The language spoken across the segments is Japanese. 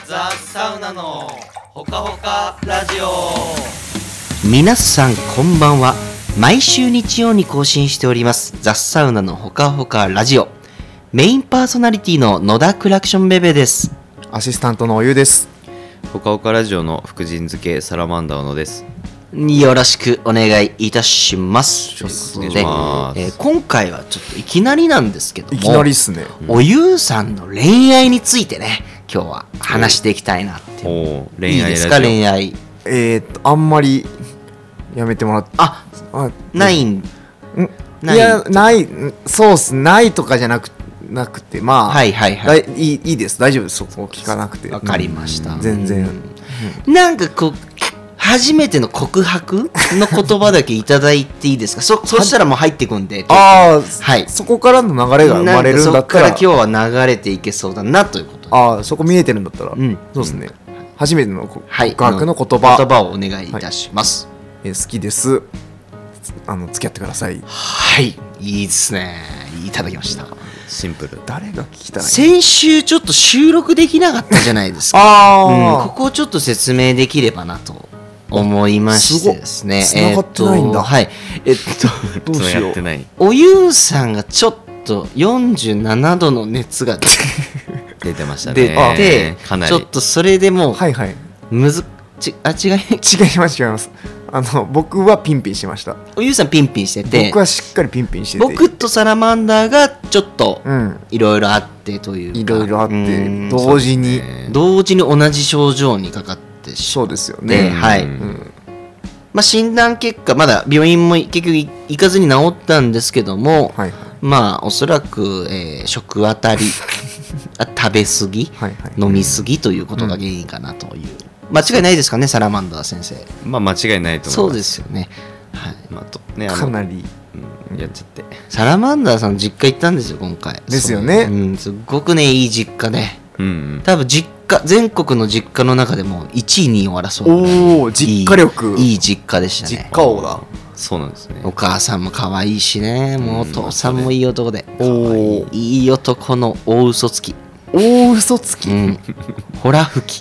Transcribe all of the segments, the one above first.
ザ・サウナのほかほかラジオ。 皆さんこんばんは。毎週日曜に更新しておりますザ・サウナのほかほかラジオ、メインパーソナリティの野田クラクションベベです。 アシスタントのおゆです。 ほかほかラジオの福神漬けサラマンダーのです。 よろしくお願いいたします。 お願いします。 今回はちょっといきなりなんですけども、 いきなりっすね。 おゆうさんの恋愛についてね、今日は話していきたいなって。 恋愛ラジオいいですか、恋愛。 あんまりやめてもらって。 ないん。 いや、ない、そうっす、ないとかじゃなくて、まあ、 いいです、大丈夫です、そこ聞かなくて。 わかりました。 全然。 なんかこう、初めての告白の言葉だけいただいていいですか。そしたらもう入っていくんで。 はい。 そこからの流れが生まれるんだったら、 そこから今日は流れていけそうだなということで。 そこ見えてるんだったら、そうですね。初めての告白の言葉をお願いいたします。 好きです。付き合ってください。 はい、いいですね。いただきました。 シンプル。 誰が聞きたい？ 先週ちょっと収録できなかったじゃないですか。ここをちょっと説明できればなと思いましてですね。 繋がってないんだ。 はい。 どうしよう。 おゆうさんがちょっと47度の熱が出てましたね。 出て、ちょっとそれでもう違います。僕はピンピンしてました。 おゆうさんピンピンしてて、 僕はしっかりピンピンしてて、 僕とサラマンダーがちょっといろいろあってというか、 いろいろあって同時に同じ症状にかかってそうですよね。 はい。まあ診断結果まだ病院も結局行かずに治ったんですけども、まあおそらく食あたり食べ過ぎ飲み過ぎということが原因かなという。間違いないですかね、サラマンダー先生。 まあ間違いないと思います。 そうですよね。はい。 かなりやっちゃって。 サラマンダーさんの実家行ったんですよ今回。 ですよね。 すっごくねいい実家で、多分全国の実家の中でも1位2位を争う。 おお、実家力いい実家でしたね。 実家王だ。 そうなんですね。 お母さんも可愛いしね、もうお父さんもいい男で、いい男の大嘘つき。 大嘘つき。 ホラ吹き。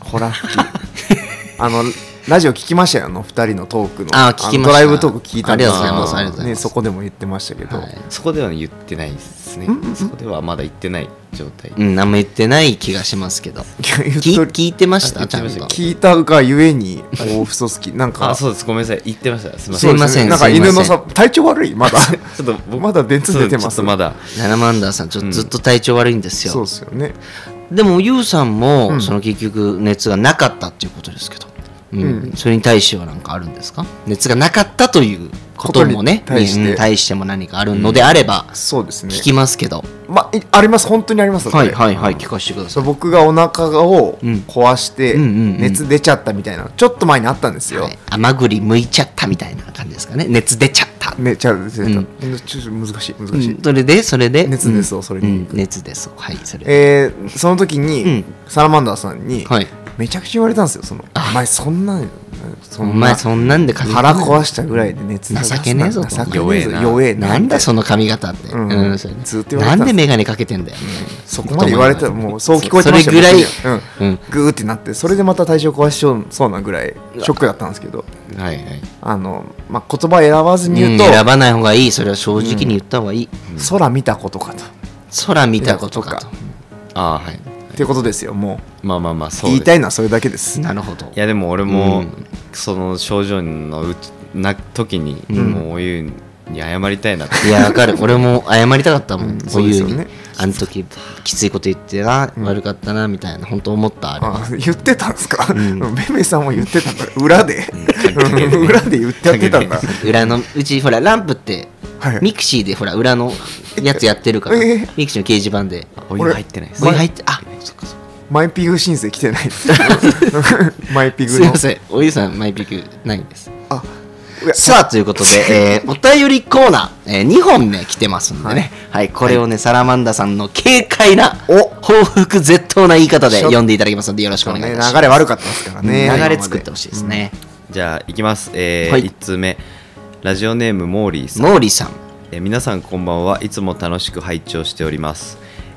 ラジオ聞きましたよ、2人のトークの。 聞きました。 ドライブトーク聞いたんですけど、 ありがとうございます。 そこでも言ってましたけど、 そこでは言ってないですね。そこではまだ言ってない状態。 あんま言ってない気がしますけど。聞いてました。ちゃんと聞いたがゆえに大嘘つきなんか。 そうです。ごめんなさい。言ってました。 すいません。 なんか犬の体調悪いまだ。 ちょっとまだ熱出てます。 まだ。 サラマンダーさんずっと体調悪いんですよ。 そうですよね。 でもゆうさんもその結局熱がなかったっていうことですけど。それに対しては何かあるんですか？熱がなかったということもね、対しても何かあるのであれば聞きますけど。 あります、本当にあります。 はい聞かせてください。 僕がお腹を壊して熱出ちゃったみたいなちょっと前にあったんですよ。 甘栗剥いちゃったみたいな感じですかね。熱出ちゃった。 ちょっと難しい。 それで熱出そう、それに熱出そう。はい、その時にサラマンダーさんにめちゃくちゃ言われたんですよ。お前そんなんで腹壊したぐらいで熱出情けねえぞ、 弱えなんだその髪型って、 ずっと言われた。 なんで眼鏡かけてんだよ。 そこまで言われたらもうそう聞こえてました。 それぐらいグーってなって、それでまた体調壊しそうなぐらいショックだったんですけど、言葉選ばずに言うと、 選ばない方がいい。それは正直に言った方がいい。 空見たことかと。 空見たことかと。 っていうことですよ。もう言いたいのはそれだけです。 なるほど。 いやでも俺もその症状の時にもうおゆに謝りたいなって。 いやわかる。俺も謝りたかったもん。おゆにあの時きついこと言ってな、悪かったなみたいな本当思った。 言ってたんですか？めめさんも言ってたんだ。裏で言ってやってたんだ。 裏のうちほらランプってミクシーでほら裏のやつやってるから、ミクシーの掲示板でお湯入ってないです。 お湯入ってマイピグ申請来てないです。マイピグの。 すいません、おゆさんマイピグないんです。さあということで、お便りコーナー、2本目来てますんでね、これをねサラマンダさんの軽快な報復絶倒な言い方で読んでいただきますのでよろしくお願いします。 流れ悪かったですからね。 流れ作ってほしいですね。 じゃあいきます。1通目ラジオネームモーリーさん。 モーリーさん、 皆さんこんばんは。いつも楽しく拝聴しております。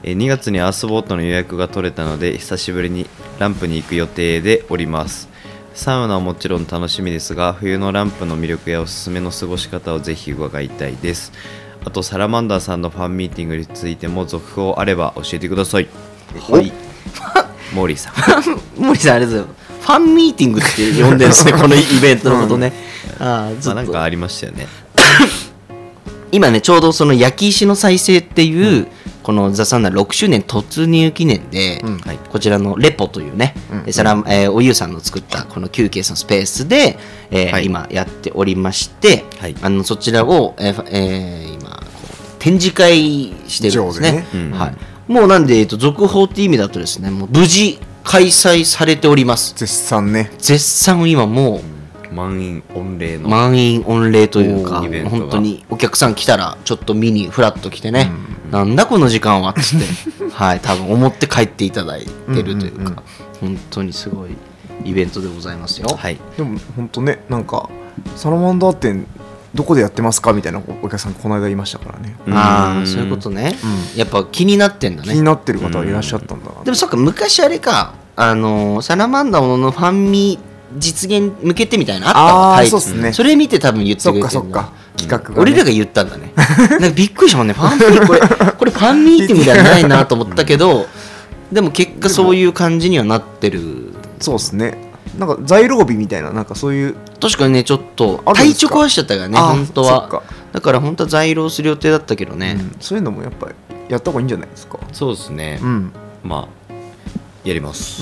2月にアースボートの予約が取れたので久しぶりにランプに行く予定でおります。サウナはもちろん楽しみですが、冬のランプの魅力やおすすめの過ごし方をぜひ伺いたいです。あとサラマンダーさんのファンミーティングについても続報あれば教えてください。はい、モーリーさんモーリーさんあれですよ、ファンミーティングって呼んでるんですねこのイベントのことね、 なんかありましたよね今ねちょうどその焼き石の再生っていう、このザ・サウナ6周年突入記念で、こちらのレポというね、おゆうさんの作ったこの休憩のスペースで、今やっておりまして、そちらを、今展示会してるんですね。もうなんで、続報っていう意味だとですね、もう無事開催されております。 絶賛ね。 絶賛今もう満員御礼の満員御礼というか、本当にお客さん来たらちょっと見にフラッと来てね、なんだこの時間はっつってはい多分思って帰っていただいてるというか、本当にすごいイベントでございますよ。 はい、でも本当ね、なんかサラマンダー店どこでやってますかみたいなお客さんこの間言いましたからね。 ああ、そういうことね、やっぱ気になってんだね。 気になってる方はいらっしゃったんだな。 でもそっか、昔あれか、サラマンダーのファンミ実現向けてみたいなあったわ。 そうですね。 それ見て多分言ってくれてる。 そっか企画が、ね、 俺らが言ったんだねなんかびっくりしたもんね、ファンミーこれファンミーティングではないなと思ったけどでも結果そういう感じにはなってる。 そうですね。なんか在廊日みたいな、なんかそういう、 確かにね、ちょっと体調壊しちゃったからね、本当は。だから本当は在廊する予定だったけどね、 そういうのもやっぱりやった方がいいんじゃないですか。 そうですね、まあやります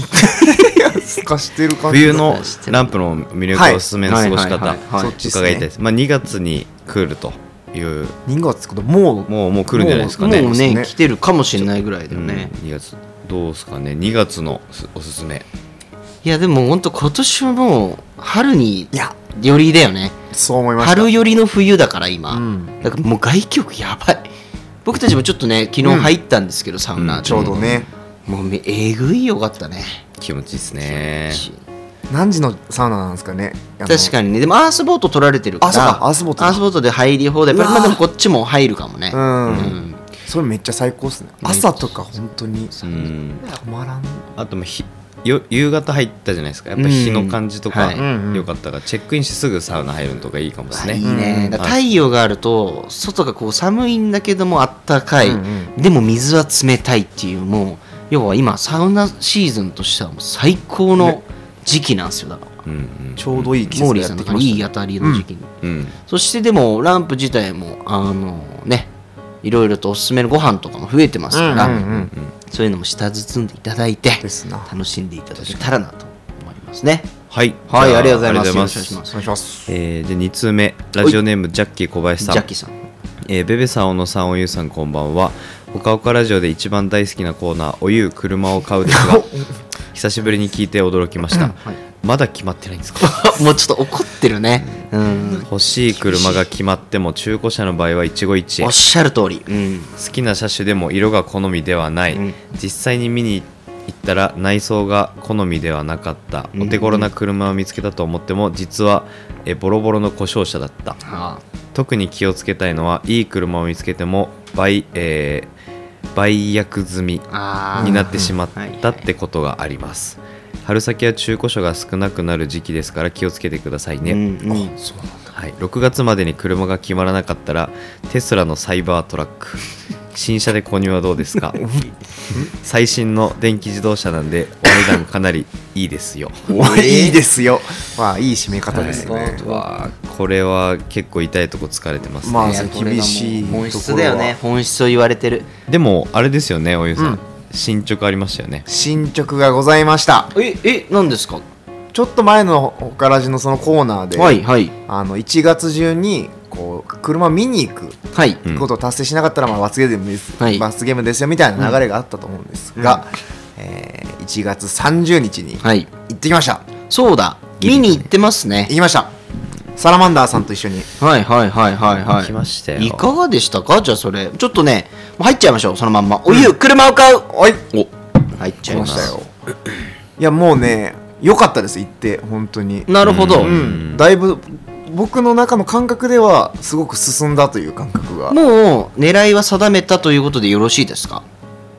冬のランプの魅力おすすめの過ごし方伺いたいです。2月に来るという 2月ってこともう来るんじゃないですかね。 もうね来てるかもしれないぐらいだよね。 2月どうですかね。2月のおすすめ。 いやでも本当今年はもう春によりだよね。 そう思いました。 春よりの冬だから今、だからもう外気浴やばい。僕たちもちょっとね昨日入ったんですけど、サウナちょうどね、 もうえぐいよかったね。 気持ちいいですね。 何時のサウナなんですかね。 確かにね。でもアースボート取られてるから、 アースボートで入り放題。まあでもこっちも入るかもね。 それめっちゃ最高っすね。朝とか本当にたまらん。 あとも夕方入ったじゃないですか。やっぱ日の感じとか良かったから、チェックインしてすぐサウナ入るのとかいいかもですね。 いいね。太陽があると外がこう寒いんだけどもあったかい、でも水は冷たいっていう、もう要は今サウナシーズンとしてはもう最高の時期なんですよ。だからちょうどいい季節モーリーさんとかいい当たりの時期に、そしてでもランプ自体もね、いろいろとおすすめのご飯とかも増えてますから、そういうのも舌包んでいただいて楽しんでいただけたらなと思いますね。 はい、 ありがとうございます。 お願いします。 で2通目、ラジオネームジャッキー小林さん。 ジャッキーさん、 ベベさん、小野さん、おゆうさん、こんばんは。ほかほかラジオで一番大好きなコーナー、おゆう車を買うですが久しぶりに聞いて驚きました。まだ決まってないんですかもうちょっと怒ってるね。 欲しい車が決まっても中古車の場合は一期一会。 おっしゃる通り、 好きな車種でも色が好みではない、実際に見に行ったら内装が好みではなかった、お手頃な車を見つけたと思っても実はボロボロの故障車だった。特に気をつけたいのは、いい車を見つけても売約済みになってしまったってことがあります。春先は中古車が少なくなる時期ですから気をつけてくださいね。6月までに車が決まらなかったらテスラのサイバートラック新車で購入はどうですか最新の電気自動車なんでお値段かなりいいですよいいですよ、まあいい締め方ですね。 これは結構痛いとこ疲れてますね。 厳しい本質だよね。本質を言われてる。 でもあれですよね、おゆさん、進捗ありましたよね。 進捗がございました。 何ですか。 ちょっと前のほからじのそのコーナーで、1月中にこう車見に行くことを達成しなかったら罰ゲームですよみたいな流れがあったと思うんですが、1月30日に行ってきました。 そうだ、見に行ってますね。 行きました。サラマンダーさんと一緒に。 行きましたよ。 いかがでしたか。じゃあそれちょっとね、入っちゃいましょう。そのまんまお湯、車を買う。入っちゃいましたよ。 いやもうね、良かったです。行って本当に。 なるほど。 だいぶ僕の中の感覚ではすごく進んだという感覚が。 もう狙いは定めたということでよろしいですか。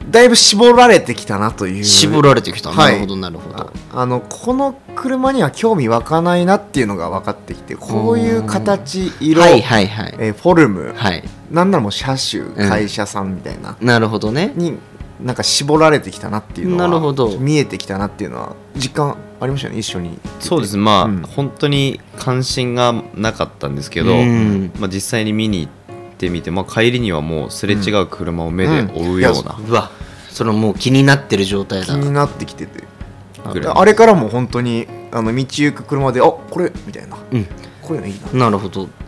だいぶ絞られてきたなという。 絞られてきた、なるほどなるほど。 この車には興味湧かないなっていうのが分かってきて、こういう形、色、フォルム、なんならもう車種、会社さんみたいな、 なるほどね、 になんか絞られてきたなっていうのは、見えてきたなっていうのは実感ありましたね、一緒に。 そうですね、まあ、本当に関心がなかったんですけど、まあ、実際に見に行ってみて、まあ、帰りにはもうすれ違う車を目で追うような、 うわ、そのもう気になってる状態だ。 気になってきてて、あれからも本当に道行く車で、あ、これみたいな、こういうのいいな。 なるほど。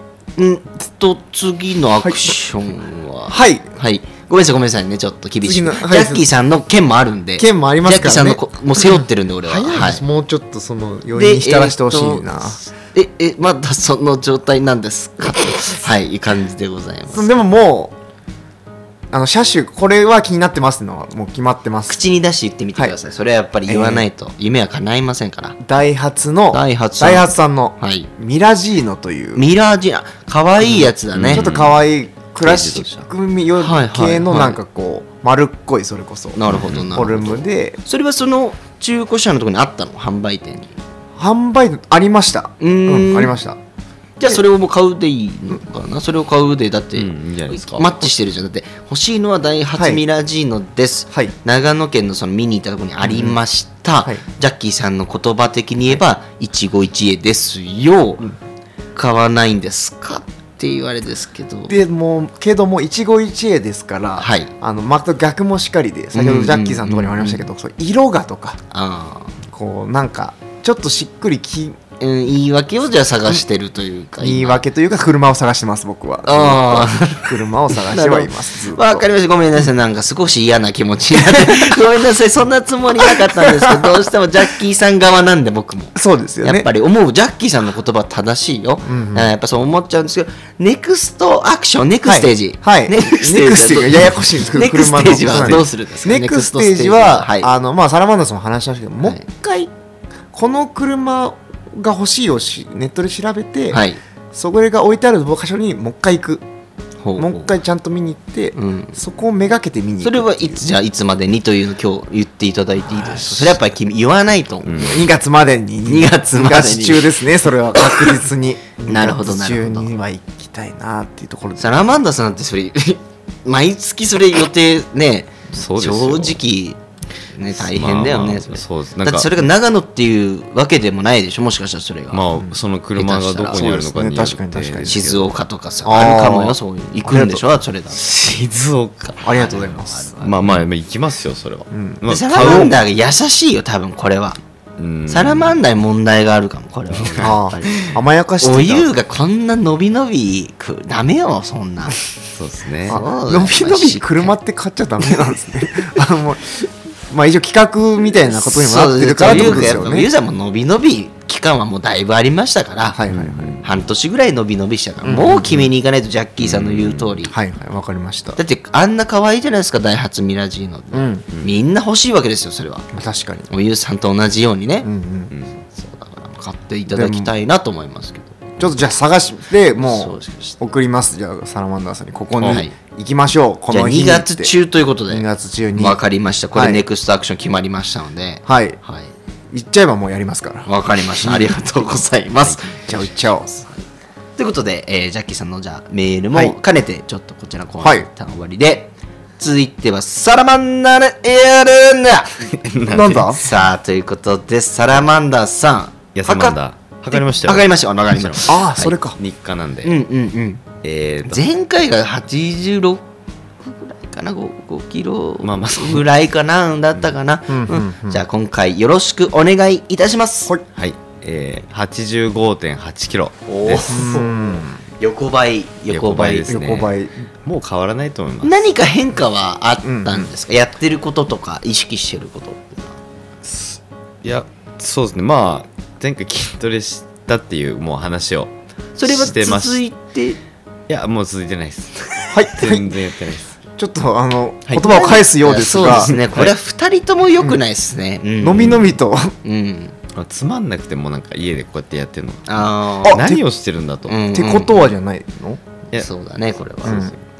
次のアクションは、ごめんなさいね、ちょっと厳しい。ジャッキーさんの件もあるんで、 件もありますからね。 ジャッキーさんのもう背負ってるんで、俺は。 もうちょっとその余韻に浸らしてほしいな。 まだその状態なんですか。はい、いい感じでございます。 でももう車種、これは気になってますのはもう決まってます。 口に出して言ってみてください。それはやっぱり言わないと夢は叶いませんから。 ダイハツさんのミラジーノという。 ミラジーノ、かわいいやつだね。 ちょっとかわいいクラシック系のなんかこう丸っこい、それこそなるほどフォルムで。 それはその中古車のところにあったの、販売店に。 販売ありました。ありました。 じゃあそれをもう買うでいいのかな。それを買うで、だってマッチしてるじゃん。だって欲しいのはダイハツミラジーノです、長野県のその見に行ったところにありました、ジャッキーさんの言葉的に言えば一期一会ですよ、買わないんですかっていうあれですけど、 でもけども一期一会ですから、また逆もしかりで、先ほどジャッキーさんのところにもありましたけど、色がとかこうなんかちょっとしっくり言い訳をじゃあ探してるというか、 言い訳というか車を探してます、僕は。車を探してはいます。 わかりました。ごめんなさい、なんか少し嫌な気持ちになってごめんなさい、そんなつもりなかったんですけど、どうしてもジャッキーさん側なんで、僕もそうですよね、 やっぱり思う。ジャッキーさんの言葉は正しいよ、やっぱそう思っちゃうんですけど、ネクストアクション、ネクステージ、 ネクステージがややこしいんですけど、 ネクステージはどうするんですか。 ネクステージはまあサラマンダさんも話しましたけど、もう一回この車が欲しいをネットで調べて、それが置いてある場所にもう一回行く、もう一回ちゃんと見に行って、そこをめがけて見に行く。 それはいつ、じゃあいつまでにというのを今日言っていただいていいですか。それやっぱり君言わないと思う、 2月までに。 2月中ですね、それは確実に。 なるほどなるほど。 2月中には行きたいなっていうところで。 サラマンダさんなんてそれ毎月それ予定ね、正直ね、大変だよね。 そうです。 だってそれが長野っていうわけでもないでしょ、もしかしたらそれが。 まあその車がどこにあるのかによって。 確かに静岡とかさ、あるかもよ、そういう行くんでしょ、それだ。 静岡、 ありがとうございます。 まあ行きますよ、それは。 サラマンダーが優しいよ、多分これは。サラマンダーに問題があるかも、これは。 甘やかしてた。 お湯がこんな伸び伸びダメよ、そんな。 そうですね。 伸び伸び車って買っちゃダメなんですね。まあ一応企画みたいなことにもなってるからってことですよね。 ユーザーも伸び伸び期間はもうだいぶありましたから、半年ぐらい伸び伸びしたから、もう決めに行かないと、ジャッキーさんの言う通り。 わかりました。 だってあんな可愛いじゃないですか、ダイハツミラジーノ。みんな欲しいわけですよ、それは。 確かに。 おゆうさんと同じようにね。そうだから買っていただきたいなと思いますけど。 ちょっとじゃあ探してもう送ります。じゃあサラマンダーさんにここに行きましょう。この日に。 じゃあ2月中ということで。 2月中に。 わかりました。これネクストアクション決まりましたので。 行っちゃえばもうやりますから。 わかりました。ありがとうございます。 じゃあ行っちゃおう。 ということで、ジャッキーさんのじゃあメールも兼ねてちょっとこちらコーナー一旦終わりで、続いてはサラマンダーエアルナ。 なんだ。 さあということでサラマンダーさん。 いやサラマンダー。測りましたよ。 測りました。測りました。 ああ、それか。 日課なんで。 前回が86ぐらいかな、5キロぐらいかな、だったかな。じゃあ今回よろしくお願いいたします。 はい。85.8 キロです。 横ばいですね。もう変わらないと思います。 何か変化はあったんですか。やってることとか意識してること。 いや、そうですね。まあ前回筋トレしたっていうもう話をしてまし。 それは続いて。 いや、もう続いてないです。全然やってないです。 ちょっと言葉を返すようですが、 そうですね。これは2人とも良くないですね。 のびのびと。 つまんなくてもなんか家でこうやってやってるの。 あ、 何をしてるんだと。 ってことはじゃないの？ そうだね、これは。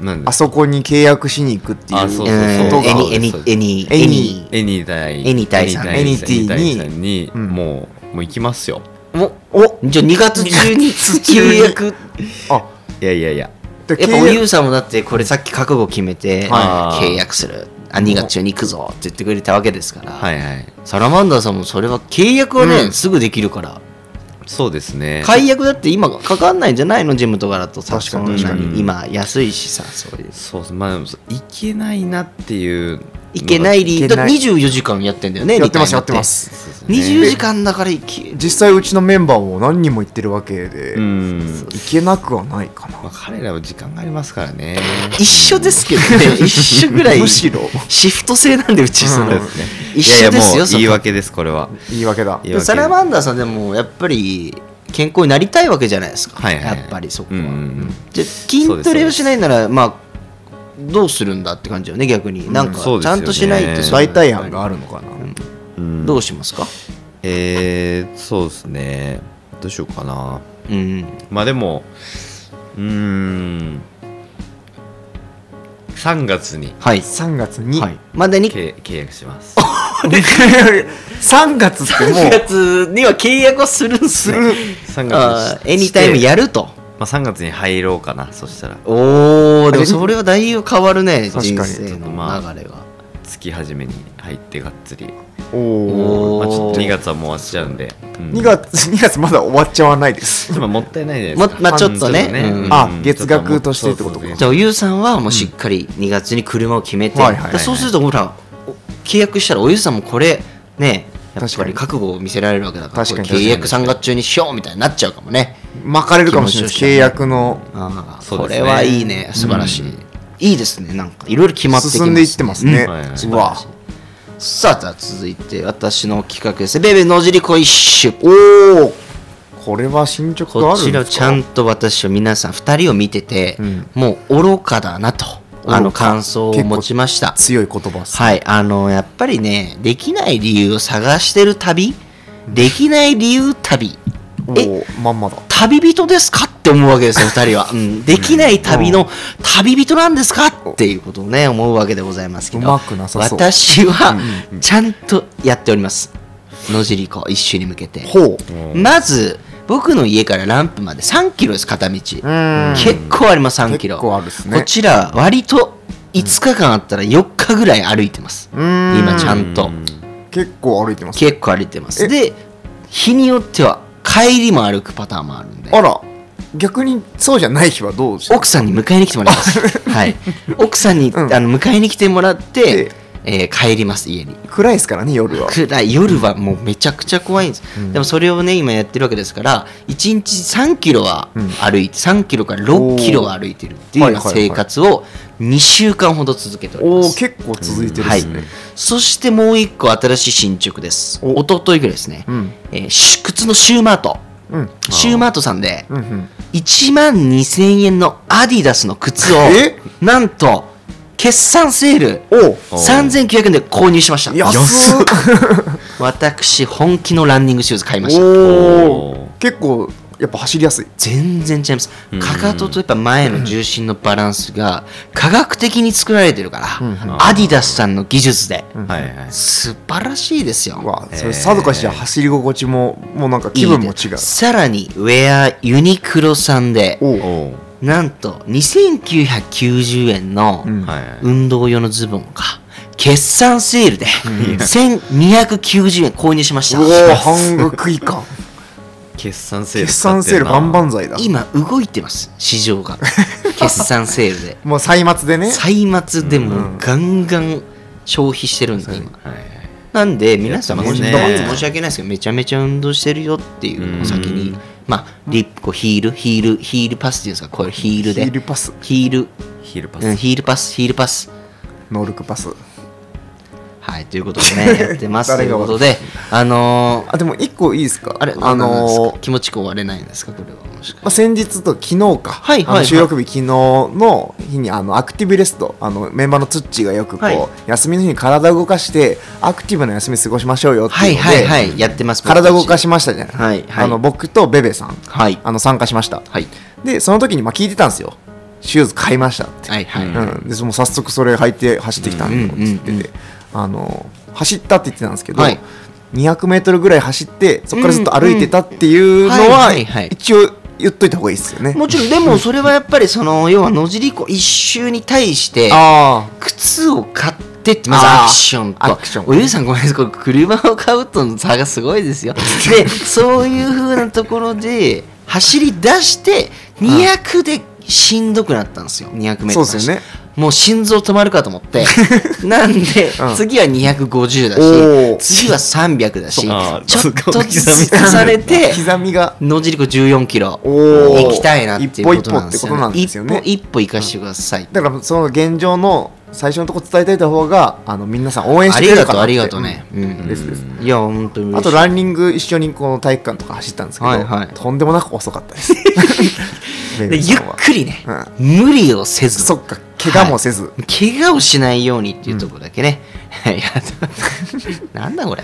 あそこに契約しに行くっていうことがエニタイさんにもう行きますよ。 じゃあ2月中に契約いややっぱおゆうさんもだってこれさっき覚悟決めて契約する2月中に行くぞって言ってくれたわけですから、サラマンダーさんもそれは契約はね、すぐできるから。 そうですね。 解約だって今かかんないんじゃないの、ジムとかだと。確かに今安いしさ、 そうまあいけないなっていう。 いけない理由だって24時間やってんだよね。 やってます 24時間だから実際うちのメンバーも何人も行ってるわけで行けなくはないかな。 彼らは時間がありますからね。 一緒ですけどね。一緒ぐらい。むしろシフト制なんでうち一緒ですよ。 言い訳です。これは言い訳だ。 サラマンダーさんでもやっぱり健康になりたいわけじゃないですか。やっぱりそこは。じゃ筋トレをしないならまあどうするんだって感じよね。逆になんかちゃんとしないと代替案があるのかな。 どうしますか。 そうですね。どうしようかな。まあでも3月に 3月にまでに契約します。 3月ってもう 3月には契約をするんですね。 3月エニタイムやると。 3月に入ろうかな。そしたらでもそれはだいぶ変わるね。人生の流れが月始めに入ってがっつり。ちょっと2月はもう終わっちゃうんで、 2月まだ終わっちゃわないです。 今もったいないじゃないですか。 まあちょっとね、 月額としてってことか。 じゃあおゆうさんはもうしっかり2月に車を決めて、そうするとほら契約したらおゆうさんもこれね、やっぱり覚悟を見せられるわけだから、契約3月中にしようみたいになっちゃうかもね。 巻かれるかもしれない。契約のこれはいいね。素晴らしい。いいですね。なんかいろいろ決まってきます。 進んでいってますね。 さあ続いて私の企画ですね。ベベ野尻小一種。 これは進捗があるんですか。 こちらちゃんと私は皆さん2人を見てて、もう愚かだなと感想を持ちました。 強い言葉ですね。やっぱりね、できない理由を探してる旅、できない理由旅。 まんまだ。 旅人ですかって思うわけですよ、2人は。できない旅の旅人なんですかっていうことをね、思うわけでございますけど、私はちゃんとやっております。野尻湖一周に向けて。まず僕の家からランプまで3キロです。片道結構あります。3キロ。こちら割と5日間あったら4日ぐらい歩いてます。今ちゃんと結構歩いてます。 で日によっては帰りも歩くパターンもあるんで。 逆にそうじゃない日はどうですか。 奥さんに迎えに来てもらいます。奥さんに迎えに来てもらって帰ります。家に。 暗いですからね、夜は。 夜はもうめちゃくちゃ怖いんです。でもそれをね今やってるわけですから、1日3キロは歩いて、3キロから6キロは歩いてるっていうような生活を2週間ほど続けております。 結構続いてるですね。 そしてもう一個新しい進捗です。一昨日ぐらいですね。靴のシューマート、シューマートさんで1万2000円のアディダスの靴をなんと決算セール3900円で購入しました。 安っ。 私本気のランニングシューズ買いました。 結構やっぱ走りやすい。 全然違います。かかととやっぱ前の重心のバランスが科学的に作られてるから、アディダスさんの技術で素晴らしいですよ。 それさぞかし走り心地ももうなんか気分も違う。 さらにウェアユニクロさんでなんと2990円の運動用のズボンが決算セールで1290円購入しました。 半額以下。 決算セール万々歳だ。 今動いてます、市場が。決算セールでもう歳末でね。 歳末でもガンガン消費してるんで今。なんで皆さん申し訳ないですけど、めちゃめちゃ運動してるよっていうのを先に、まあリップヒールパスっていうんですか、これヒールでヒールパスノールックパス。 はいということでねやってますということで、 でも一個いいですか。 気持ちこう割れないんですか、これは。 先日と昨日か、収録日昨日の日にアクティブレスト、メンバーのツッチーがよくこう休みの日に体を動かしてアクティブな休み過ごしましょうよっていうのでやってます。 体を動かしましたじゃない。僕とベベさん参加しました。でその時に聞いてたんですよ。 シューズ買いましたって、でもう早速それ履いて走ってきたんだって言ってて、走ったって言ってたんですけど、200メートルぐらい走ってそこからずっと歩いてたっていうのは一応言っといた方がいいですよね。 もちろん。でもそれはやっぱりその要は野尻湖一周に対して靴を買ってってまずアクションと、おゆうさんごめんなさい、車を買うとの差がすごいですよ。でそういう風なところで走り出して200でしんどくなったんですよ。200メートル。 そうですよね。 もう心臓止まるかと思ってなんで、次は250だし次は300だしちょっとずつされて刻みが野尻湖14キロ行きたいなっていうことなんですよね。一歩行かしてください。 だからその現状の最初のとこ伝えておいた方が皆さん応援してくれるかなって。 ありがとうね。いや本当に。 あとランニング一緒にこの体育館とか走ったんですけど、とんでもなく遅かったですゆっくりね、無理をせず、 そっか、怪我もせず、 怪我をしないようにっていうところだけね、なんだこれ。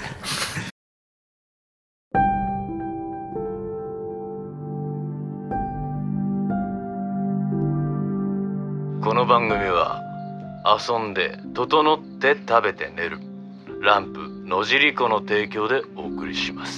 この番組は遊んで整って食べて寝るランプ野尻湖の提供でお送りします。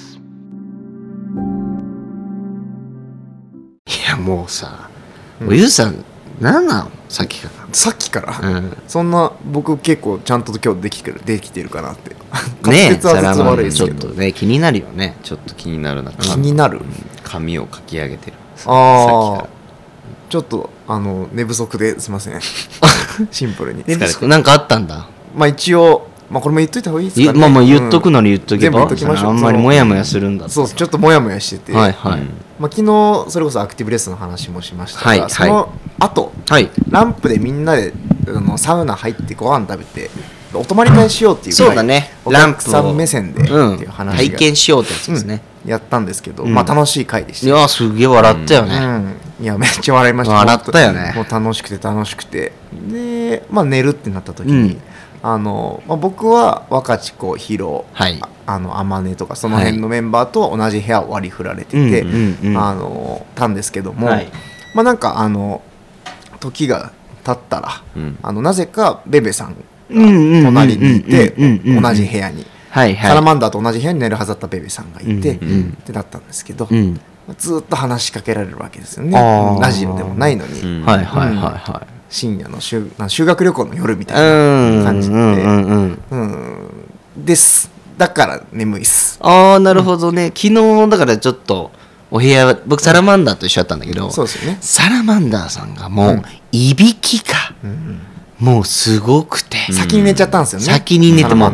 いやもうさ、おゆうさん何なのさっきから、 そんな僕結構ちゃんと今日できてるかなってねえ、サラマンちょっとね気になるよね。 ちょっと気になるな。 気になる。 髪をかき上げてる。 ああ、ちょっと寝不足ですいませんシンプルに寝不足なんかあったんだ。 まあ一応これも言っといた方がいいですかね。 まあ言っとくなら言っとけば、あんまりモヤモヤするんだ。 そう、ちょっとモヤモヤしてて、昨日それこそアクティブレッスンの話もしましたが、その後ランプでみんなでサウナ入ってご飯食べてお泊まり会しようっていうそうだね、 お客さん目線でっていう話体験しようってやつですね。 やったんですけど、楽しい会でした。 いやすげえ笑ったよね。 いやめっちゃ笑いました。 笑ったよね。 もう楽しくてで寝るってなった時に、僕は若智子、ヒロ、天音とかその辺のメンバーと同じ部屋を割り振られててたんですけども、なんか時が経ったら、なぜかベベさんが隣にいて同じ部屋に、サラマンダーと同じ部屋に寝るはずだったベベさんがいてってなったんですけど、ずっと話しかけられるわけですよね。ラジオでもないのに。深夜の修学旅行の夜みたいな感じでですだから眠いっす。 ああなるほどね。昨日だからちょっとお部屋僕サラマンダーと一緒だったんだけど、 そうですよね。 サラマンダーさんがもういびきがもうすごくて先に寝ちゃったんですよね。 先に寝ても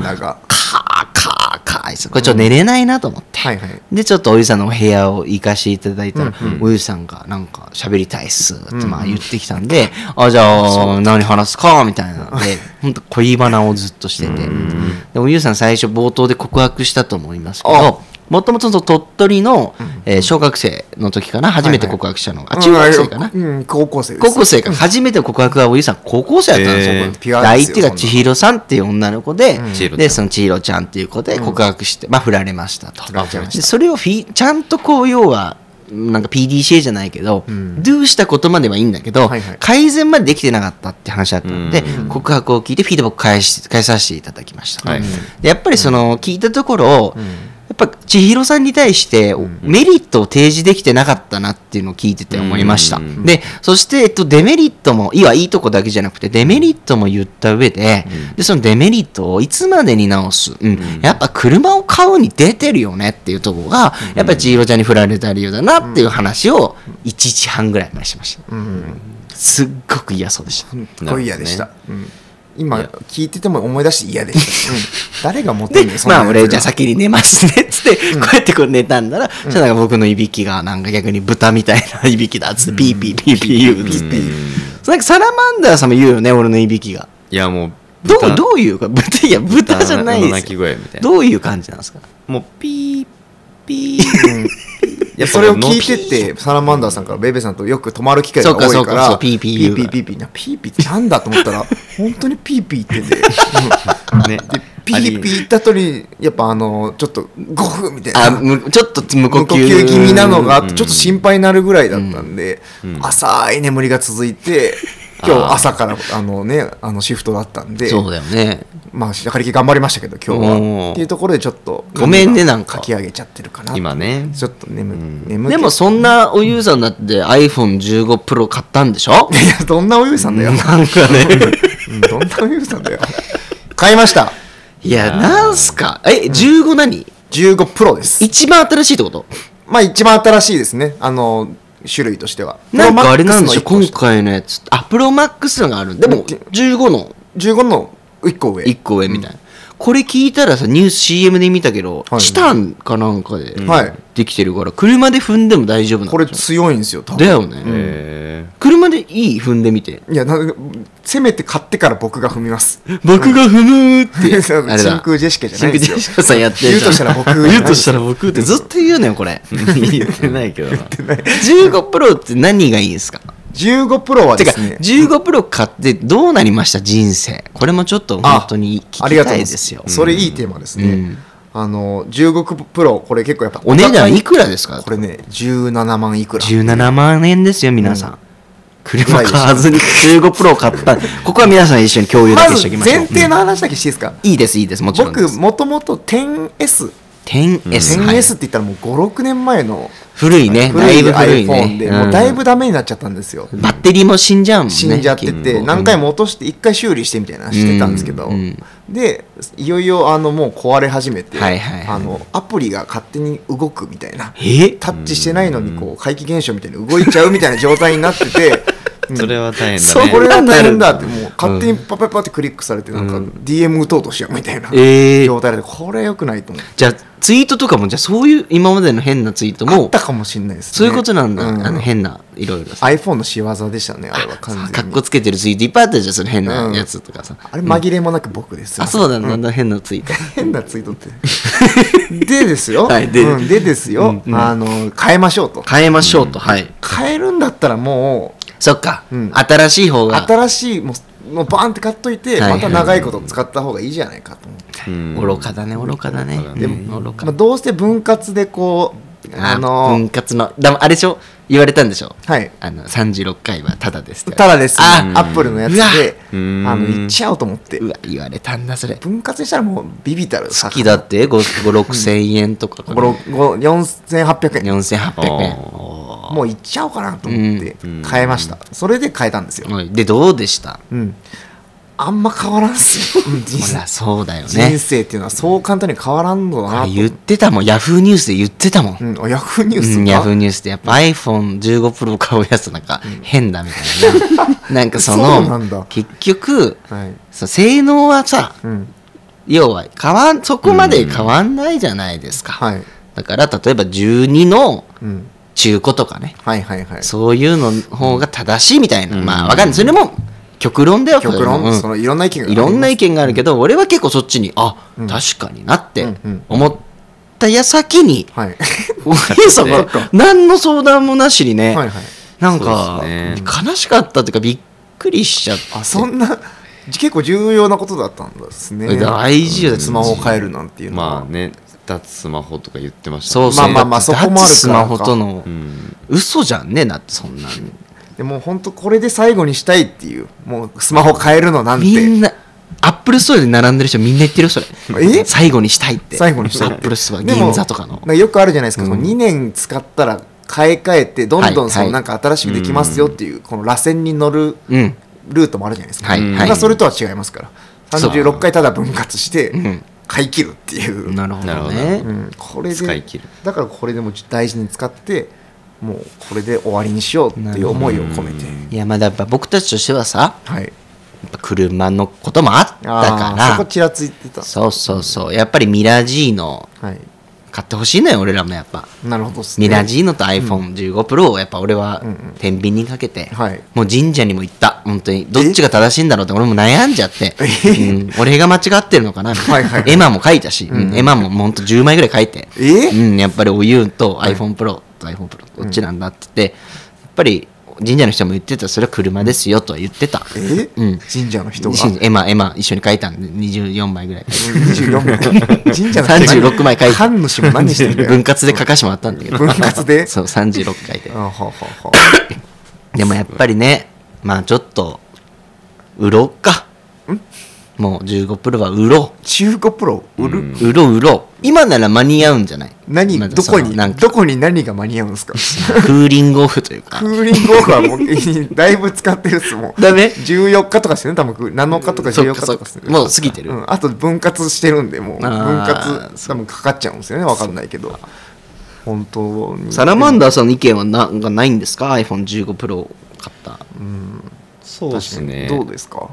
これちょっと寝れないなと思って、でちょっとおゆさんのお部屋を行かしていただいたら、おゆさんがなんか喋りたいっすって言ってきたんで、じゃあ何話すかみたいなので本当恋バナをずっとしてて、でおゆさん最初冒頭で告白したと思いますけど、もともと鳥取の小学生の時かな、初めて告白したのが中学生かな、 高校生か初めて告白はおゆさん高校生だったんですよ。相手が千尋さんっていう女の子で、その千尋ちゃんっていう子で告白して振られましたと。でそれをちゃんとこう要はなんか PDCA じゃないけど、do したことまではいいんだけど、改善までできてなかったって話だったので、告白を聞いてフィードバック返させていただきました。でやっぱりその聞いたところ、やっぱ千尋さんに対してメリットを提示できてなかったなっていうのを聞いてて思いました。でそしてデメリットもいいとこだけじゃなくてデメリットも言った上で、そのデメリットをいつまでに直す、やっぱ車を買うに出てるよねっていうところがやっぱり千尋ちゃんに振られた理由だなっていう話を1時半ぐらい前しました。すっごく嫌そうでした。 すっごい嫌でした。今聞いてても思い出して嫌でした。誰が持ってんのそんなやつが。 俺じゃあ先に寝ますねっつってこうやってこう寝たんだら、そしたらなんか僕のいびきがなんか逆に豚みたいないびきだっつってピーピーピーピー言うっつって、なんかサラマンダーさんも言うよね俺のいびきが。 いやもうどういうか豚じゃないですよ。どういう感じなんですか。 もうピーピーいやそれを聞いててサラマンダーさんからベイベーさんとよく泊まる機会が多いからピーピーピーピーピーピーピーピーってなんだと思ったら本当にピーピー言っててでピーピー言った後にやっぱちょっと5分みたいなちょっと無呼吸気味なのがあってちょっと心配になるぐらいだったんで、浅い眠りが続いて今日朝からシフトだったんで、 そうだよね、 まあ明る気頑張りましたけど今日はっていうところでちょっとごめんね、なんか書き上げちゃってるかな今ね、 ちょっと眠でもそんなおゆうさんだって iPhone15 Pro 買ったんでしょ。 いやどんなおゆうさんだよ、 なんかねどんなおゆうさんだよ買いました。 いやなんすか、15何 ？15 Pro です。 一番新しいってこと？ まあ一番新しいですね、種類としては。 なんかあれなんでしょ、今回のやつプロマックスのがある。でも15の 1個上みたいな、これ聞いたらさ、ニュース CM で見たけど、チタンかなんかでできてるから車で踏んでも大丈夫なの。 これ強いんですよ多分。 だよね、車でいい踏んでみて。 いやせめて買ってから僕が踏みます。 僕が踏むって真空ジェシカじゃないですよ。 真空ジェシカさんやってるじゃん。 言うとしたら僕言うとしたら僕ってずっと言うのよこれ。 言ってないけどな。 15プロって何がいいんですか ？15プロはですね、 15プロ買ってどうなりました人生。これもちょっと本当に聞きたいですよ。 それいいテーマですね。15プロこれ結構やっぱお値段いくらですか？ これね17万いくら。 17万円ですよ皆さん。車買わずに15プロを買った。ここは皆さん一緒に共有だけしておきましょう。 まず前提の話だけしていいですか？ いいですもちろんです。 僕もともと 10S って言ったらもう5、6年前の古いね、だいぶ古い iPhone でもうだいぶダメになっちゃったんですよ。 バッテリーも死んじゃうもんね。 死んじゃってて何回も落として1回修理してみたいなしてたんですけど、でいよいよもう壊れ始めて、アプリが勝手に動くみたいな、タッチしてないのにこう怪奇現象みたいに動いちゃうみたいな状態になっててそれは大変だね。 これは大変だって、もう勝手にパパパってクリックされてなんか DM 打とうとしようみたいな状態で、これ良くないと思う。 じゃあツイートとかもじゃあそういう今までの変なツイートもあったかもしれないですね。 そういうことなんだ。変ないろいろ iPhone の仕業でしたねあれは。完全にかっこつけてるツイートいっぱいあったじゃん、その変なやつとかさ。 あれ紛れもなく僕です。 そうなんだ、だんだん変なツイート変なツイートってでですよ、でですよ、変えましょうと。 変えるんだったらもうそっか、新しい方が、 新しいもうバーンって買っといて、また長いこと使った方がいいじゃないかと思って。 愚かだねでもどうして分割でこう分割のあれでしょ、言われたんでしょ。 はい、 36回はタダです。 タダです。アップルのやつでいっちゃおうと思って。 言われたんだそれ。 分割にしたらもうビビたる。 好きだって5,000-6,000円とか 4,800円。 4,800円。 もういっちゃおうかなと思って変えました。それで変えたんですよ。 でどうでした？ あんま変わらんすよ。 そうだよね。 人生っていうのはそう簡単に変わらんのだなと。 言ってたもん、ヤフーニュースで言ってたもん。 ヤフーニュースか。 ヤフーニュースでやっぱ iPhone15 Pro 買うやつなんか変だみたいな。なんかその結局性能はさ、要はそこまで変わんないじゃないですか。だから例えば12の中古とかね、そういうの方が正しいみたいな。まあわかんない。それも極論だよ。 極論、いろんな意見があるけど、俺は結構そっちに確かになって思った矢先に、お兄さんが何の相談もなしにね、なんか悲しかったというかびっくりしちゃって。 そんな結構重要なことだったんですね。 大事よ。 スマホを変えるなんていうのは。 まあね、脱スマホとか言ってましたね。 まあそこもあるからか。 スマホとの嘘じゃんね。だってそんなでも本当これで最後にしたいっていう、もうスマホ変えるのなんてみんなアップルストアで並んでる人みんな言ってるよそれ。最後にしたいって。 最後にしたい。 アップルストア銀座とかのよくあるじゃないですか。2年使ったら買い替えてどんどんなんか新しくできますよっていうこの螺旋に乗るルートもあるじゃないですか。それとは違いますから。36回ただ分割して買い切るっていう。 なるほどね。 これでだからこれでも大事に使ってもうこれで終わりにしようっていう思いを込めて。 いやまあやっぱ僕たちとしてはさ、やっぱ車のこともあったからそこちらついてた。 そうやっぱりミラジーノ買ってほしいのよ俺らも。やっぱなるほどですね。 ミラジーノと iPhone15 Pro をやっぱ俺は天秤にかけて、もう神社にも行った。本当にどっちが正しいんだろうって俺も悩んじゃって、俺が間違ってるのかなみたいな。エマも書いたし、エマも本当10枚ぐらい書いて、やっぱりおゆんと iPhone Pro と iPhone Pro どっちなんだって言って、やっぱり神社の人も言ってた、それは車ですよとは言ってた。 神社の人が絵馬一緒に書いたんで24枚ぐらい。 24枚神社の36枚書いて、 神主も何してんだよ。 分割で書かしてもらったんだけど、 分割でそう36回で。でもやっぱりね、まあちょっと売ろうか。もう15プロは売ろう。 15プロ売る、 売ろう。今なら間に合うんじゃない？ どこに何が間に合うんですか？ クーリングオフというか。 クーリングオフはもうだいぶ使ってるっすもん。 ダメ ？14日とかしてね、多分7日とか14日とかしてね。 もう過ぎてる。 あと分割してるんで、もう分割多分かかっちゃうんですよね。わかんないけど。本当に。 サラマンダーさんの意見はないんですか？ iPhone15 Pro を買った。 そうですね。 どうですか？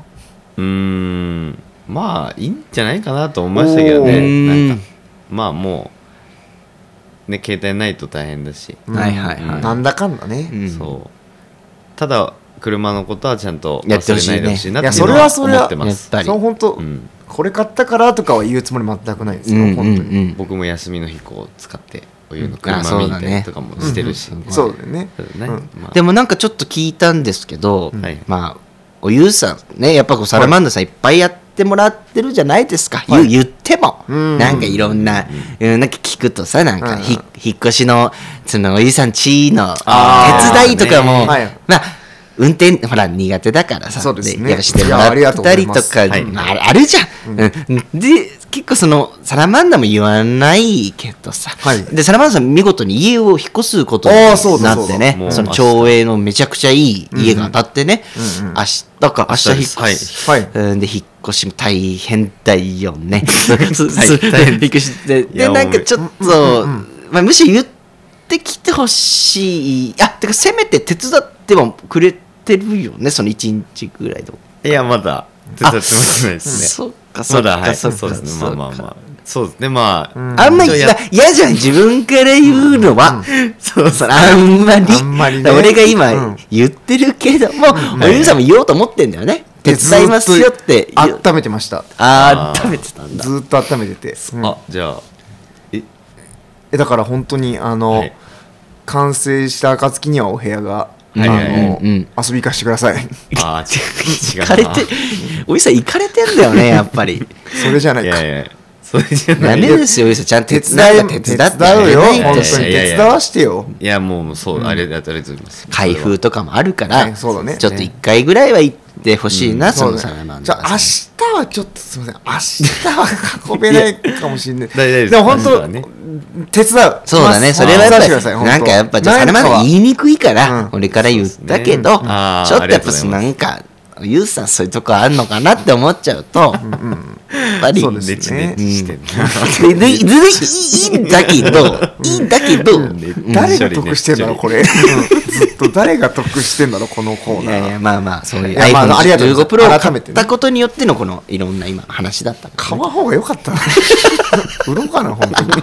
まあいいんじゃないかなと思いましたけどね。なんかまあもうね、携帯ないと大変だし、 なんだかんだね。 そう。ただ車のことはちゃんと忘れないでほしいなっていうのは思ってます。 そう本当、これ買ったからとかは言うつもり全くないですよ。本当に。 僕も休みの日こう使ってお湯の車見たりとかもしてるし。 そうだよね。 でもなんかちょっなんか聞いたんですけど、まあおゆうさんね、やっぱこうサラマンダーさんいっぱいやってもらってるじゃないですか。言ってもなんかいろんななんか聞くとさ、なんか引っ越しのそのおゆうさんちの手伝いとかもまあ運転ほら苦手だからさ、やらしてもらったりとかあるじゃん。で結構そのサラマンダーも言わないけどさ、でサラマンダーさん見事に家を引っ越すことになってね、その町営のめちゃくちゃいい家が当たってね、明日引っ越し、で引っ越しも大変だよね。引っ越してでなんかちょっとむしろ言ってきてほしい。てかせめて手伝ってもくれてるよね、その1日ぐらいでも。 いやまだ手伝ってますね。 そっかまだそうですね。まあそうですね。まああんまり嫌じゃん、自分から言うのは。そうあんまり俺が今言ってるけども、おゆうさんも言おうと思ってんだよね。手伝いますよって温めてました。 温めてたんだ。 ずっと温めてて。 じゃあだから本当に完成した暁にはお部屋が遊び行かしてください。 違う。 おゆうさん行かれてんだよね、やっぱり。 それじゃないか。 それじゃない。 ダメですよ、おゆうさん、ちゃんと手伝うよ。本当に手伝わしてよ。 いやもうそうありがとうございます。 開封とかもあるから、ちょっと1回ぐらいは行ってほしいな、そのサラマンダー。 じゃあ明日はちょっとすみません。明日は運べないかもしれない。でも本当手伝う。 そうだね、それはやっぱりなんかやっぱサラマンダー言いにくいから俺から言ったけど、ちょっとやっぱなんかゆうさんそういうとこあるのかなって思っちゃうと、やっぱりネチネチしていいんだけど誰が得してんだろこれ。ずっと誰が得してんだろこのコーナー。 いやまあそういう iPhone15 Pro を買ったことによってのこのいろんな今話だった。 買わん方が良かったな。売ろうかな本当に。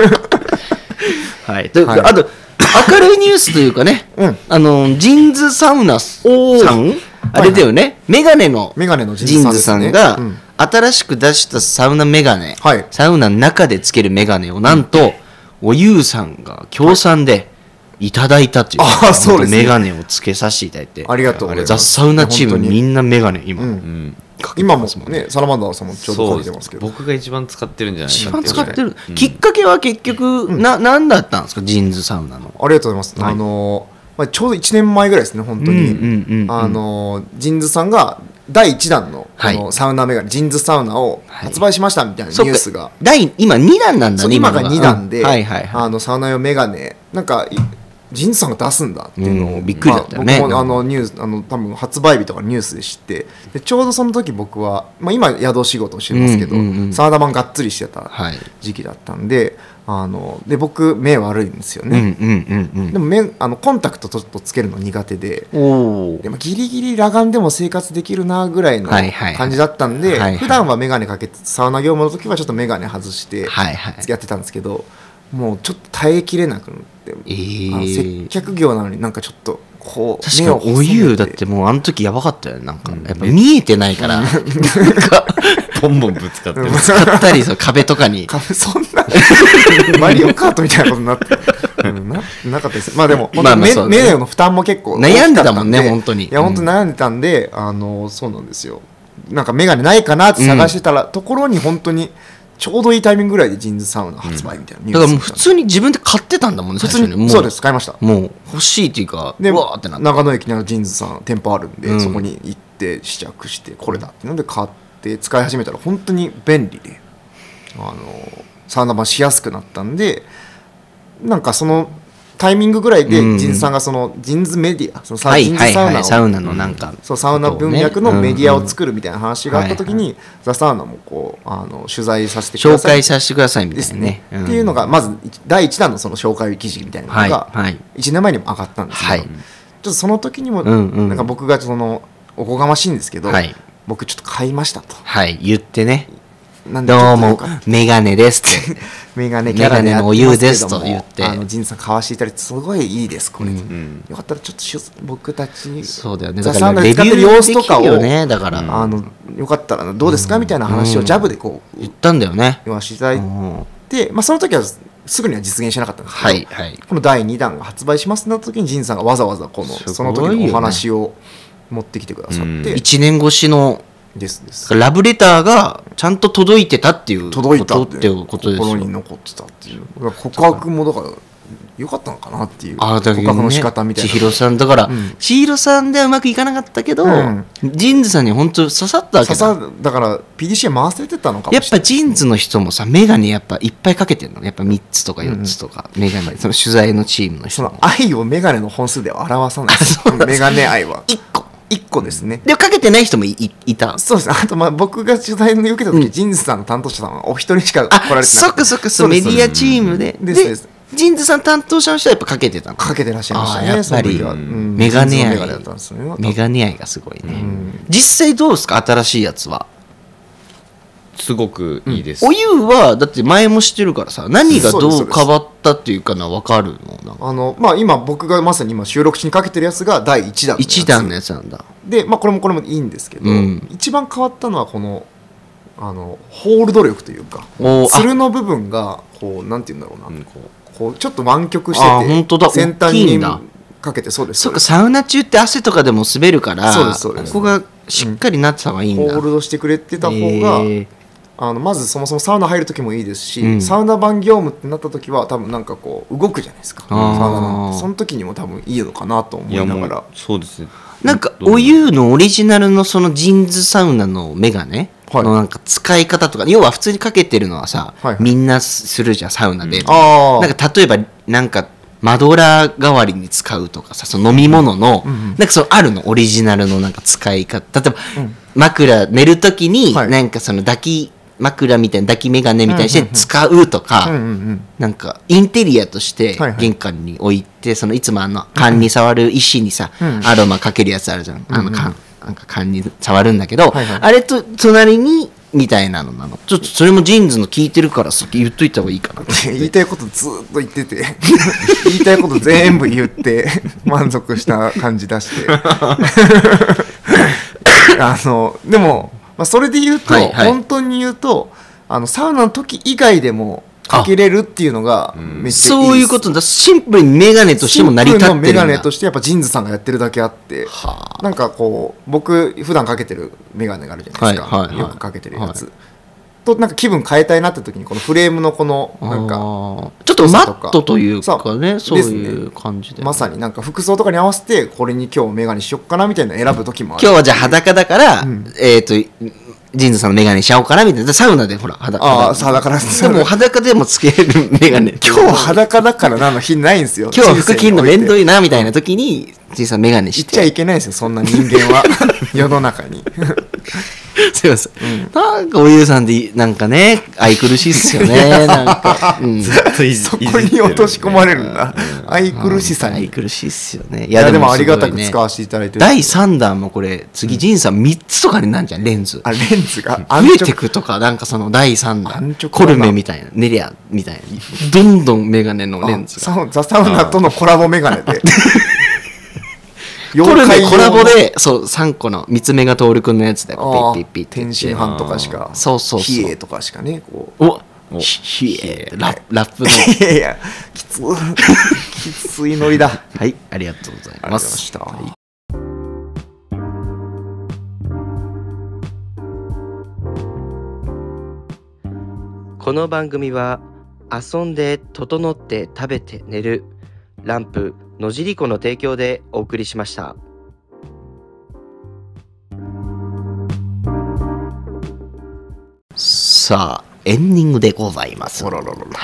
はい。あと明るいニュースというかね、ジンズサウナさんあれだよね、メガネのジンズさんが新しく出したサウナメガネ、サウナの中でつけるメガネをなんとおゆうさんが協賛でいただいたという、メガネをつけさせていただいて、 ありがとうございます。 ザ・サウナチームみんなメガネ今もね、サラマンダーさんもちょうどかけてますけど、 僕が一番使ってるんじゃないかな。 一番使ってる。きっかけは結局何だったんですか、ジンズサウナの。 ありがとうございます。ちょうど1年前ぐらいですね、本当に。ジンズさんが第1弾のサウナメガネ、ジンズサウナを発売しましたみたいなニュースが。 今2弾なんだね。 今が2弾で、サウナ用メガネ、なんか、ジンズさんが出すんだっていうのをびっくりだったよね。 僕もニュース多分発売日とかニュースで知って、でちょうどその時僕は今宿仕事をしてますけど、サウナ版がっつりしてた時期だったんで、で僕目悪いんですよね。でもコンタクトちょっとつけるの苦手で、でもギリギリ裸眼でも生活できるなぐらいの感じだったんで、普段は眼鏡かけてサウナ業務の時はちょっと眼鏡外して付き合ってたんですけど、もうちょっと耐えきれなくなって、接客業なのになんかちょっとこう確かにお湯だってもうあの時やばかったよね。なんかやっぱ見えてないからボンボンぶつかってったり壁とかにそんなマリオカートみたいなことになってなかったです。まあでも、目の負担も結構悩んでたもんね、本当に。 いや、本当に悩んでたんで、そうなんですよ。なんかメガネないかなって探してたところに、本当にちょうどいいタイミングぐらいでジーンズサウナ発売みたいな。 だからもう普通に自分で買ってたんだもんね、 最初に。そうです、買いました。 もう欲しいっていうか、 で、長野駅にジーンズさん店舗あるんで、そこに行って試着して、これだっていうので買って使い始めたら、本当に便利で、サウナ版しやすくなったんで、なんかそのタイミングぐらいでジンさんがそのジンズメディア、そのジンズサウナを、 サウナのなんかそうサウナ文脈のメディアを作るみたいな話があった時に、ザ・サウナもこう取材させてください、 紹介させてくださいみたいなね、 っていうのがまず第1弾のその紹介記事みたいなのが1年前にも上がったんですけど、ちょっとその時にもなんか僕がそのおこがましいんですけど、僕ちょっと買いましたと、 言ってね、どうもメガネですってメガネキャラでやってますけども、 お湯ですと言ってジンさん買わしていただいてすごいいいですこれ、よかったらちょっと僕たちそうだよね、 ザ・サウナで使ってる様子とかをだからよかったらどうですかみたいな話をジャブでこう言ったんだよね、 言わせていただいて、その時はすぐには実現しなかったんですけど、この第2弾が発売しますなった時にジンさんがわざわざその時のお話を持ってきてくださって、 1年越しのですラブレターがちゃんと届いてたっていう届いたっていうことですよ。 心に残ってたっていう告白もだから良かったのかなっていう、 告白の仕方みたいな。 千尋さんだから、千尋さんではうまくいかなかったけど、ジンズさんに本当刺さったわけだ。 だから PDCA 回せてたのかもしれない。 やっぱジンズの人もさメガネやっぱいっぱいかけてるの、やっぱ3つとか4つとか、メガネその取材のチームの人その愛をメガネの本数では表さないです。メガネ愛は1個ですね。 でもかけてない人もいた。 そうです。あと僕が取材を受けた時、ジンズさんの担当者さんはお一人しか来られてなくて。 そっかメディアチームでジンズさん担当者の人はやっぱかけてたの。 かけてらっしゃいましたね。 やっぱりメガネ愛がすごいね。実際どうですか、新しいやつは。 すごくいいです。 お湯はだって前も知ってるからさ、何がどう変わったっていうかな、分かるの？ 今僕がまさに今収録しにかけてるやつが第1弾のやつ。 1弾のやつなんだ。 で、これもいいんですけど、一番変わったのはこのホールド力というか、つるの部分がこうなんていうんだろうな、こうちょっと湾曲してて、先端にかけて、そうです。 そっか、サウナ中って汗とかでも滑るから、ここがしっかりなってた方がいいんだ。 ホールドしてくれてた方が。まずそもそもサウナ入る時もいいですし、サウナ版業務ってなった時は多分なんかこう動くじゃないですか、サウナなんて。その時にも多分いいのかなと思いながら。 そうですね。 なんかお湯のオリジナルのそのジンズサウナのメガネのなんか使い方とか、要は普通にかけてるのはさ、みんなするじゃんサウナで。なんか例えばなんかマドラー代わりに使うとかさ、その飲み物のなんかそのあるのオリジナルのなんか使い方。例えば枕寝る時になんかその抱き枕みたいな抱きメガネみたいにして使うとか、なんかインテリアとして玄関に置いて、そのいつも缶に触る石にさ、アロマかけるやつあるじゃん、なんか缶に触るんだけど、あれと隣にみたいなのなの。ちょっとそれもジーンズの聞いてるからさ、言っといた方がいいかな。 言いたいことずっと言ってて言いたいこと全部言って満足した感じ出してでもそれで言うと、本当に言うとサウナの時以外でもかけれるっていうのがめっちゃいいです。 そういうことだ。シンプルにメガネとしても成り立ってるんだ。 シンプルのメガネとしてやっぱジンズさんがやってるだけあって、なんかこう僕普段かけてるメガネがあるじゃないですか、よくかけてるやつとなんか気分変えたいなって時にこのフレームのこのなんかちょっとマットというかね、そういう感じで、 まさになんか服装とかに合わせてこれに今日メガネしよっかなみたいな選ぶ時もある。 今日はじゃあ裸だから、ジンズさんのメガネしちゃおうかなみたいな。サウナでほら裸でも裸でもつけるメガネ今日裸だから日ないんですよ。 今日服着るの面倒いなみたいな時にジンさんメガネして言っちゃいけないですよ、そんな人間は世の中にすいません、なんかおゆうさんでなんかね愛くるしいっすよねなんか、 ずっとそこに落とし込まれるんだ、愛くるしさに。 愛くるしいっすよね。 いやでもありがたく使わせていただいてる。 第3弾もこれ次ジンさん3つとかになんじゃん、レンズレンズが増えてくとか、なんかその第3弾コルメみたいなネリアみたいなどんどんメガネのレンズがザ・サウナとのコラボメガネでコルメコラボでそう3個の三つ目が徹くんのやつでピッピッピッ天津飯とかしか冷えとかしかねこうお冷えラップのいやきつきついノリだ。 はい、ありがとうございます。 この番組は遊んで整って食べて寝るランプ野尻湖の提供でお送りしました。 さあエンディングでございます。はい、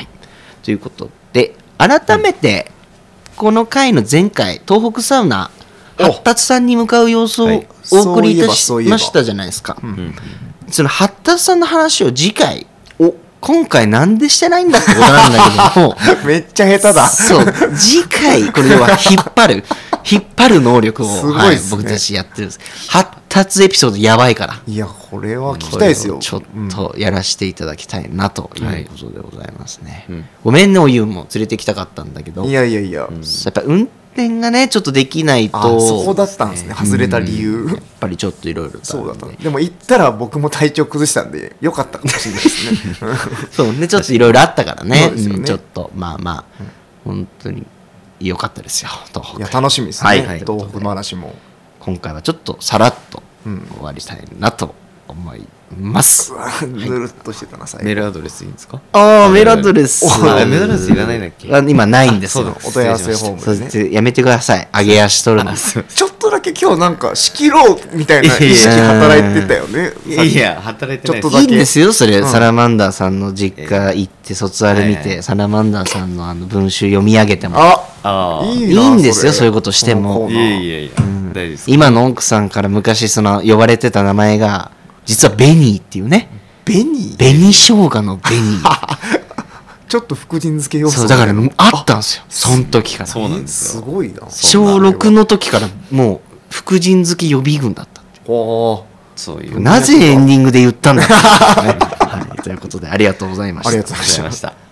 ということで改めてこの回の前回東北サウナ発達さんに向かう様子をお送りいたしましたじゃないですか。その発達さんの話を次回今回なんでしてないんだってことなんだけどもめっちゃ下手だ。 そう次回これでは引っ張る能力をすごいですね、 僕たちやってるんです。発達エピソードやばいから、 いやこれは聞きたいですよ。 ちょっとやらせていただきたいなということでございますね、ごめんねおゆうも連れてきたかったんだけど、 いや、 やっぱ運転がねちょっとできないと。 そこだったんですね、外れた理由。 やっぱりちょっといろいろそうだった。でも行ったら僕も体調崩したんでよかったかもしれないですね。 そうね、ちょっといろいろあったからね。ちょっとまあ本当に良かったですよ。 いや楽しみですね、東北の話も。 今回はちょっとさらっと終わりたいなと思います。 ぬるっとしてたな。 メールアドレスいいんですか？ メールアドレスメールアドレスいらないんだっけ？ 今ないんですよ。 お問い合わせフォームですね。 やめてください、上げ足取るの。 ちょっとだけ今日なんか仕切ろうみたいな意識働いてたよね。 いや働いてない。 ちょっとだけいいんですよそれ、サラマンダーさんの実家行って卒アル見て、サラマンダーさんの文集読み上げてもいいんですよ、そういうことしても。 いや大丈夫です。 今の奥さんから昔その呼ばれてた名前が実はベニーっていうね。紅生姜の紅ちょっと福神漬け要素。 そうだからあったんですよ、その時から。 そうなんですよ。 すごいな。 小6の時からもう福神漬け予備軍だったっていう。 そういうなぜエンディングで言ったんだっていうね。ということでありがとうございました。 ありがとうございました。